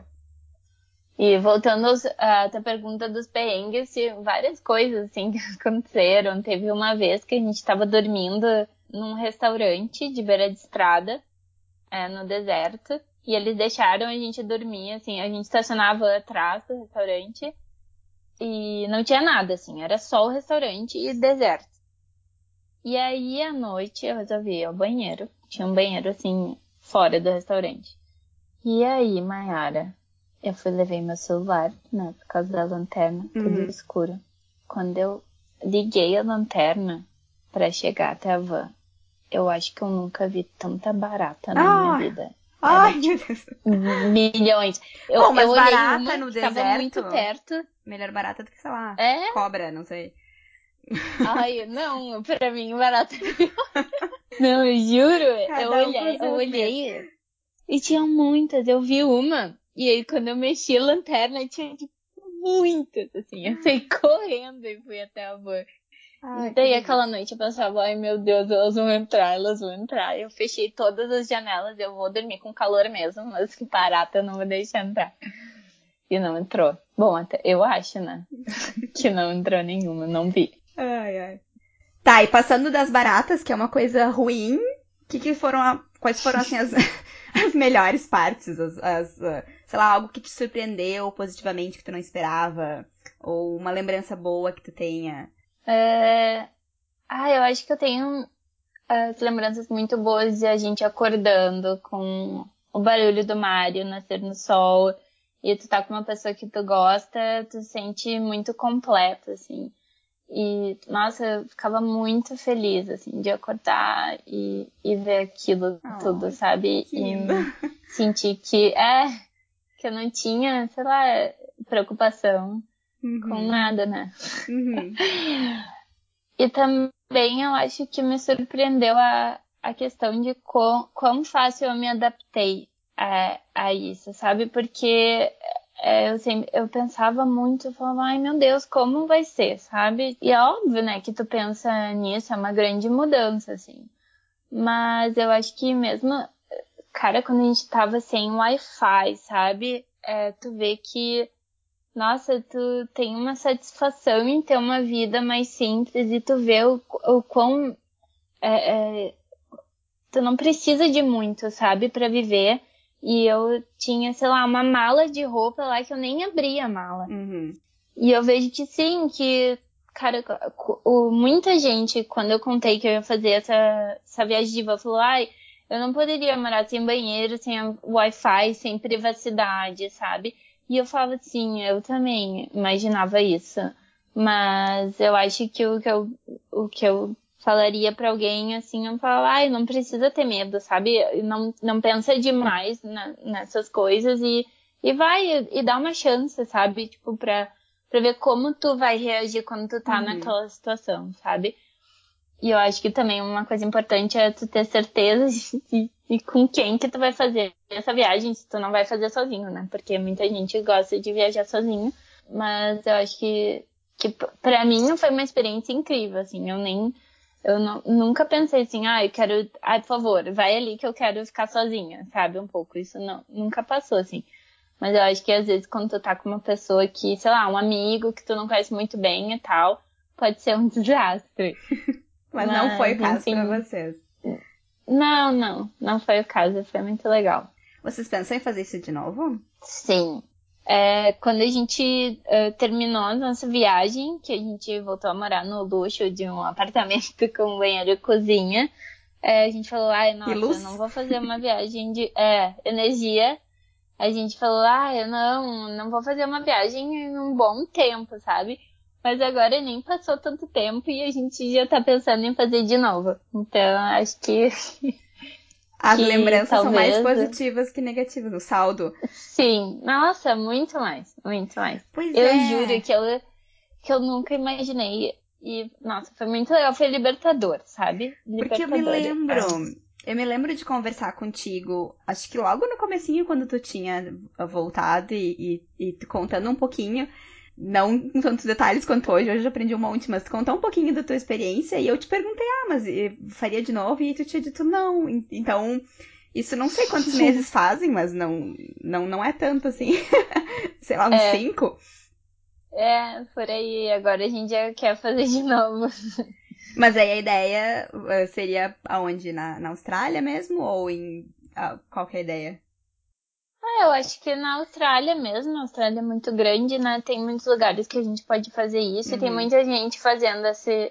E voltando à tua pergunta dos perrengues, várias coisas assim que aconteceram. Teve uma vez que a gente estava dormindo num restaurante de beira de estrada, no deserto, e eles deixaram a gente dormir, assim, a gente estacionava atrás do restaurante e não tinha nada, assim, era só o restaurante e deserto. E aí, à noite, eu resolvi ir ao banheiro. Tinha um banheiro, assim, fora do restaurante. E aí, Mayara, eu levei meu celular, né, por causa da lanterna, tudo escuro. Quando eu liguei a lanterna pra chegar até a van, eu acho que eu nunca vi tanta barata na minha vida. Ai, meu Deus. Milhões. Bom, mas eu olhei barata uma no que tava deserto, muito perto. melhor barata do que, sei lá, É? cobra, não sei. Ai, não, pra mim barata não, eu juro. Cada um com Eu seus olhei e tinha muitas. Eu vi uma. E aí, quando eu mexi a lanterna, tinha tipo, muitas, assim. Eu saí correndo e fui até a van. Ai, E daí, aquela noite, eu pensava, ai meu Deus, elas vão entrar. Eu fechei todas as janelas, eu vou dormir com calor mesmo, mas que barata eu não vou deixar entrar. E não entrou. Bom, até eu acho, né? Que não entrou nenhuma, não vi. ai. Tá, e passando das baratas, que é uma coisa ruim, quais foram, assim, as melhores partes? Sei lá, algo que te surpreendeu positivamente, que tu não esperava? Ou uma lembrança boa que tu tenha? Eu acho que eu tenho as lembranças muito boas de a gente acordando com o barulho do mar e o nascer no sol. E tu tá com uma pessoa que tu gosta, tu se sente muito completo, assim. E, nossa, eu ficava muito feliz, assim, de acordar e ver aquilo tudo, sabe? E sentir que eu não tinha, sei lá, preocupação com nada, né? E também eu acho que me surpreendeu a questão de quão fácil eu me adaptei a isso, sabe? Porque eu pensava muito, eu falava, ai meu Deus, como vai ser, sabe? E é óbvio, né, que tu pensa nisso, é uma grande mudança, assim. Mas eu acho que mesmo, cara, quando a gente tava sem Wi-Fi, sabe? Tu vê que, nossa, tu tem uma satisfação em ter uma vida mais simples e tu vê o quão tu não precisa de muito, sabe, pra viver. E eu tinha, sei lá, uma mala de roupa lá que eu nem abria a mala. E eu vejo que sim, que, cara, muita gente, quando eu contei que eu ia fazer essa viagem de van, falou, ai, eu não poderia morar sem banheiro, sem Wi-Fi, sem privacidade, sabe? E eu falava assim, eu também imaginava isso. Mas eu acho que o que eu falaria pra alguém, assim, eu falo, ai, não precisa ter medo, sabe? Não pensa demais nessas coisas e vai, e dá uma chance, sabe? Tipo, pra ver como tu vai reagir quando tu tá naquela situação, sabe? E eu acho que também uma coisa importante é tu ter certeza de com quem que tu vai fazer essa viagem, se tu não vai fazer sozinho, né? Porque muita gente gosta de viajar sozinho, mas eu acho que pra mim foi uma experiência incrível, assim, nunca pensei assim, eu quero, por favor, vai ali que eu quero ficar sozinha, sabe? Um pouco, isso nunca passou, assim. Mas eu acho que às vezes quando tu tá com uma pessoa que, sei lá, um amigo que tu não conhece muito bem e tal, pode ser um desastre. Mas não foi o caso enfim, pra vocês. Não foi o caso, foi muito legal. Vocês pensam em fazer isso de novo? Sim. Quando a gente terminou a nossa viagem, que a gente voltou a morar no luxo de um apartamento com banheiro e cozinha, a gente falou, nossa, eu não vou fazer uma viagem de energia. A gente falou, eu não vou fazer uma viagem em um bom tempo, sabe? Mas agora nem passou tanto tempo e a gente já tá pensando em fazer de novo. Então, acho que as lembranças talvez... são mais positivas que negativas, o saldo. Sim, nossa, muito mais, muito mais. Pois eu juro que eu nunca imaginei. E, nossa, foi muito legal, foi libertador, sabe? Porque eu me lembro de conversar contigo, acho que logo no comecinho, quando tu tinha voltado e contando um pouquinho, não com tantos detalhes quanto hoje eu já aprendi um monte, mas tu contou um pouquinho da tua experiência e eu te perguntei, mas faria de novo? E tu tinha dito não. Então, isso não sei quantos meses fazem, mas não é tanto assim. Sei lá, uns 5. Por aí. Agora a gente já quer fazer de novo. Mas aí a ideia seria aonde? Na Austrália mesmo? Ou em qual que é a ideia? Eu acho que na Austrália mesmo, a Austrália é muito grande, né? Tem muitos lugares que a gente pode fazer isso e tem muita gente fazendo esse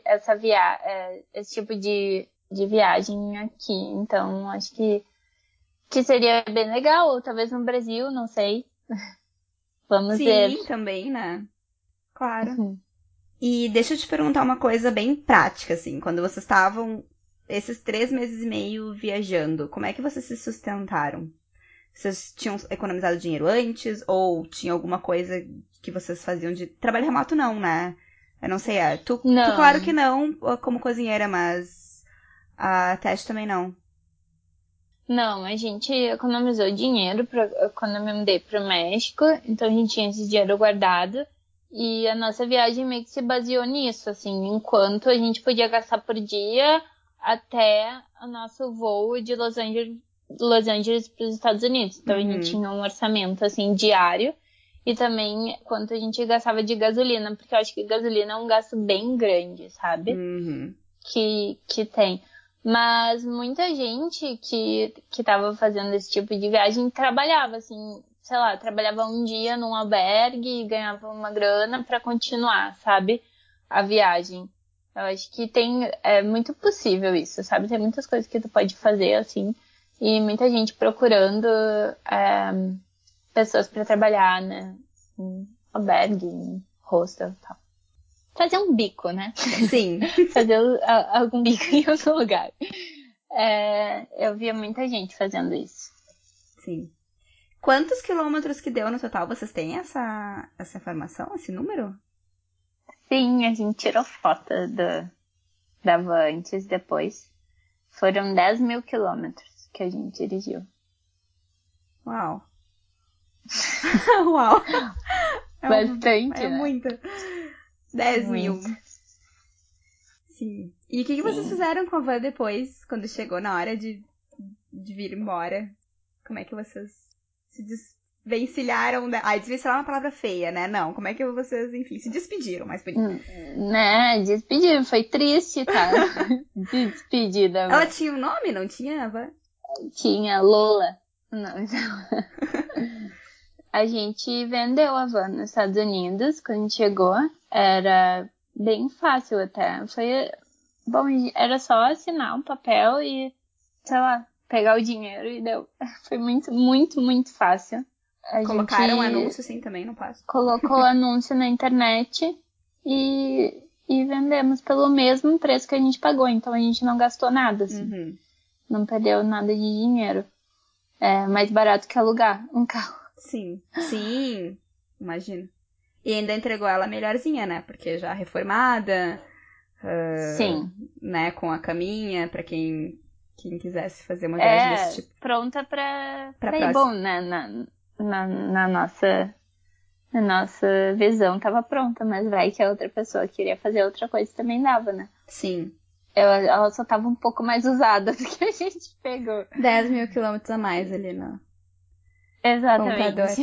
tipo de viagem aqui. Então, acho que seria bem legal, ou talvez no Brasil, não sei. Vamos ver. Sim, também, né? Claro. E deixa eu te perguntar uma coisa bem prática, assim. Quando vocês estavam esses 3 meses e meio viajando, como é que vocês se sustentaram? Vocês tinham economizado dinheiro antes? Ou tinha alguma coisa que vocês faziam de... Trabalho remoto não, né? Eu não sei, tu claro que não, como cozinheira, mas a Tess também não. Não, a gente economizou dinheiro quando eu me mudei pro México, então a gente tinha esse dinheiro guardado e a nossa viagem meio que se baseou nisso, assim, enquanto a gente podia gastar por dia até o nosso voo de Los Angeles para os Estados Unidos. Então a gente tinha um orçamento assim diário e também quanto a gente gastava de gasolina, porque eu acho que gasolina é um gasto bem grande, sabe? Que tem. Mas muita gente que tava fazendo esse tipo de viagem trabalhava, assim, sei lá, trabalhava um dia num albergue e ganhava uma grana pra continuar, sabe? A viagem. Eu acho que é muito possível isso, sabe? Tem muitas coisas que tu pode fazer, assim, e muita gente procurando pessoas pra trabalhar, né? Em albergue, em hostel e tal. Fazer um bico, né? Sim. Fazer algum bico em algum lugar. Eu via muita gente fazendo isso. Sim. Quantos quilômetros que deu no total? Vocês têm essa informação, esse número? Sim, a gente tirou foto da van antes e depois. Foram 10.000 quilômetros que a gente dirigiu. Uau. Uau. Bastante, É né? muita. 10 Muito. mil. Sim. E o que vocês fizeram com a van depois, quando chegou na hora de vir embora? Como é que vocês se desvencilharam da... desvencilhar é uma palavra feia, né? Não, como é que vocês, enfim, se despediram, mais bonito. Né, despediram, foi triste, tá? Despedida. Ela tinha um nome, não tinha, a van? Tinha Lola. Não, então... A gente vendeu a van nos Estados Unidos quando a gente chegou. Era bem fácil até. Foi, bom, era só assinar um papel e, sei lá, pegar o dinheiro e deu. Foi muito, muito, muito fácil. Colocaram anúncio, sim, também, não posso. Colocou anúncio na internet e vendemos pelo mesmo preço que a gente pagou. Então a gente não gastou nada, assim. Não perdeu nada de dinheiro. É mais barato que alugar um carro. Sim, imagino. E ainda entregou ela melhorzinha, né? Porque já reformada. Sim. Né? Com a caminha, pra quem quisesse fazer uma viagem desse tipo. Pronta pra próxima. ir. Bom, na nossa visão tava pronta, mas vai que a outra pessoa queria fazer outra coisa também dava, né? Sim. Ela só tava um pouco mais usada do que a gente pegou. 10 mil quilômetros a mais ali no Exatamente. Contador.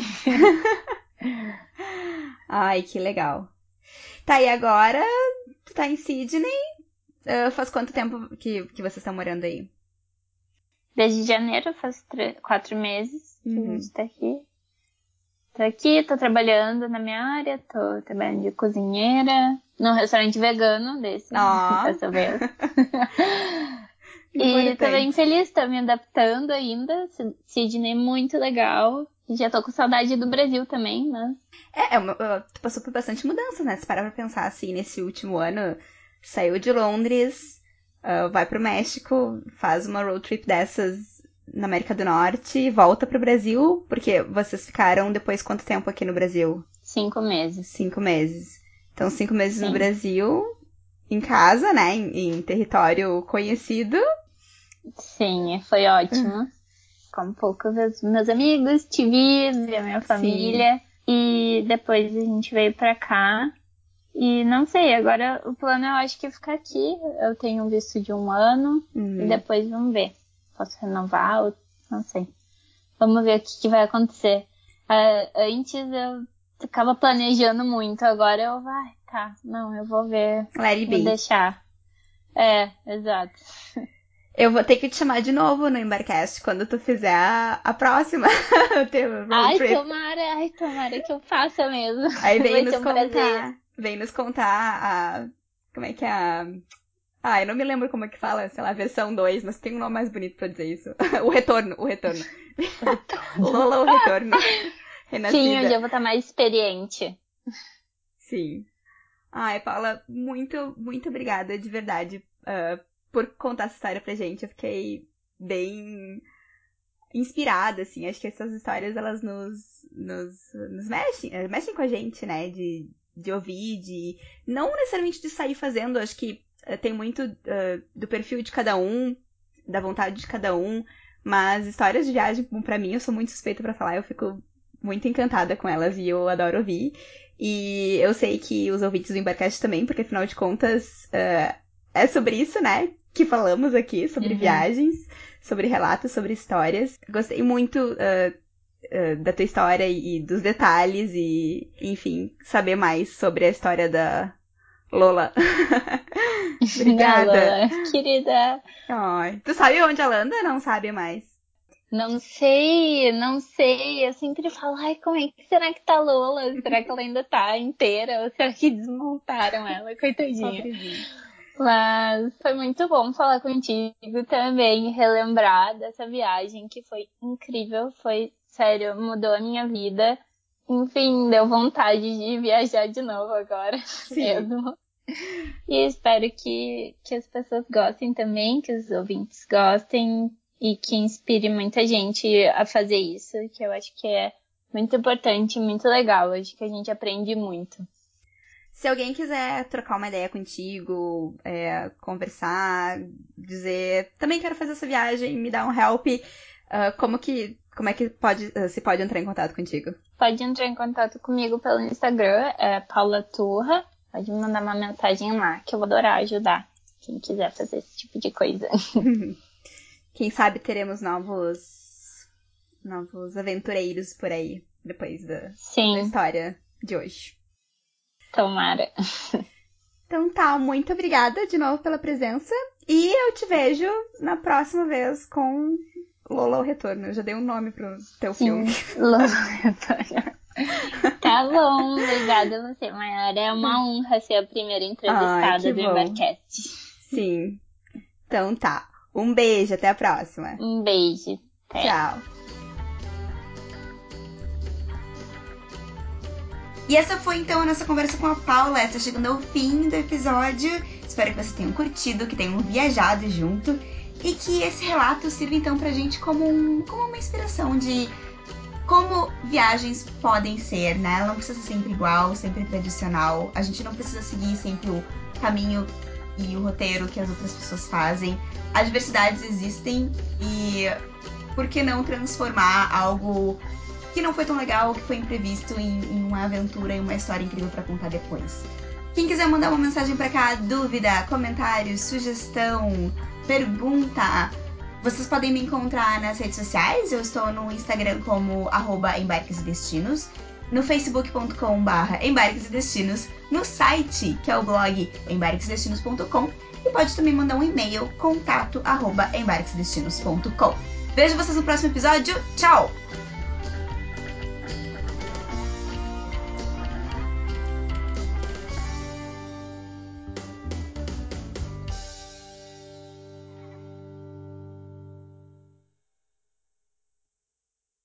Ai, que legal. Tá, e agora tu tá em Sydney. Faz quanto tempo que vocês estão morando aí? Desde janeiro, faz 4 meses que a gente tá aqui. Tô aqui, tô trabalhando na minha área, tô trabalhando de cozinheira, num restaurante vegano dessa vez. E tô bem feliz, tô me adaptando ainda. Sydney é muito legal. Já tô com saudade do Brasil também, né? Tu passou por bastante mudança, né? Se parar pra pensar assim, nesse último ano, saiu de Londres, vai pro México, faz uma road trip dessas na América do Norte, volta pro Brasil, porque vocês ficaram depois quanto tempo aqui no Brasil? 5 meses. 5 meses. Então, 5 meses no Brasil, em casa, né? Em território conhecido. Sim, foi ótimo. Com um pouco dos meus amigos, te vi, ver a minha família. E depois a gente veio pra cá. E não sei, agora o plano eu acho que é ficar aqui. Eu tenho um visto de 1 ano. E depois vamos ver. Posso renovar ou não sei. Vamos ver o que vai acontecer. Antes eu ficava planejando muito. Agora eu eu vou ver. Let it vou be. deixar. Exato. Eu vou ter que te chamar de novo no Embarcast quando tu fizer a próxima. O teu road trip. Tomara que eu faça mesmo. Aí vem Vai ser um prazer. Vem nos contar como é que é eu não me lembro como é que fala, sei lá, versão 2, mas tem um nome mais bonito pra dizer isso. O retorno. Lola, o retorno. Renascida. Sim, eu já vou estar mais experiente. Sim. Ai, Paula, muito, muito obrigada, de verdade, por contar essa história pra gente. Eu fiquei bem inspirada, assim. Acho que essas histórias, elas nos mexem com a gente, né? De ouvir, não necessariamente de sair fazendo. Acho que tem muito do perfil de cada um, da vontade de cada um. Mas histórias de viagem, pra mim, eu sou muito suspeita pra falar. Eu fico muito encantada com elas e eu adoro ouvir. E eu sei que os ouvintes do Embarcast também, porque afinal de contas é sobre isso, né? Que falamos aqui, sobre viagens, sobre relatos, sobre histórias. Gostei muito da tua história e dos detalhes e, enfim, saber mais sobre a história da Lola. Obrigada. Lola, querida. Ai, tu sabe onde ela anda? Não sabe mais. Não sei. Eu sempre falo, como é que será que tá Lola? Será que ela ainda tá inteira? Ou será que desmontaram ela? Coitadinha. Pobrezinha. Mas foi muito bom falar contigo também, relembrar dessa viagem que foi incrível, foi, sério, mudou a minha vida. Enfim, deu vontade de viajar de novo agora. Sim. Mesmo. E espero que as pessoas gostem também, que os ouvintes gostem e que inspire muita gente a fazer isso, que eu acho que é muito importante, muito legal. Acho que a gente aprende muito. Se alguém quiser trocar uma ideia contigo, conversar, dizer, também quero fazer essa viagem, me dá um help, como é que se pode entrar em contato contigo? Pode entrar em contato comigo pelo Instagram, Paula Turra. Pode me mandar uma mensagem lá, que eu vou adorar ajudar quem quiser fazer esse tipo de coisa. Quem sabe teremos novos aventureiros por aí, depois da história de hoje. Tomara. Então tá, muito obrigada de novo pela presença. E eu te vejo na próxima vez com Lola o Retorno. Eu já dei um nome pro teu filme. Lola o Retorno. Tá bom, obrigada a você, Mayara. É uma honra ser a primeira entrevistada do Embarcast. Sim. Então tá. Um beijo, até a próxima. Um beijo. Até. Tchau. E essa foi então a nossa conversa com a Paula. Está chegando ao fim do episódio. Espero que vocês tenham curtido, que tenham viajado junto e que esse relato sirva então pra gente como uma inspiração de como viagens podem ser, né? Ela não precisa ser sempre igual, sempre tradicional. A gente não precisa seguir sempre o caminho e o roteiro que as outras pessoas fazem. As diversidades existem e por que não transformar algo que não foi tão legal, que foi imprevisto em uma aventura e uma história incrível pra contar depois. Quem quiser mandar uma mensagem pra cá, dúvida, comentário, sugestão, pergunta, vocês podem me encontrar nas redes sociais. Eu estou no Instagram como @embarquesedestinos, no facebook.com/embarquesedestinos, no site, que é o blog embarquesedestinos.com, e pode também mandar um e-mail, contato@embarquesedestinos.com. Vejo vocês no próximo episódio. Tchau!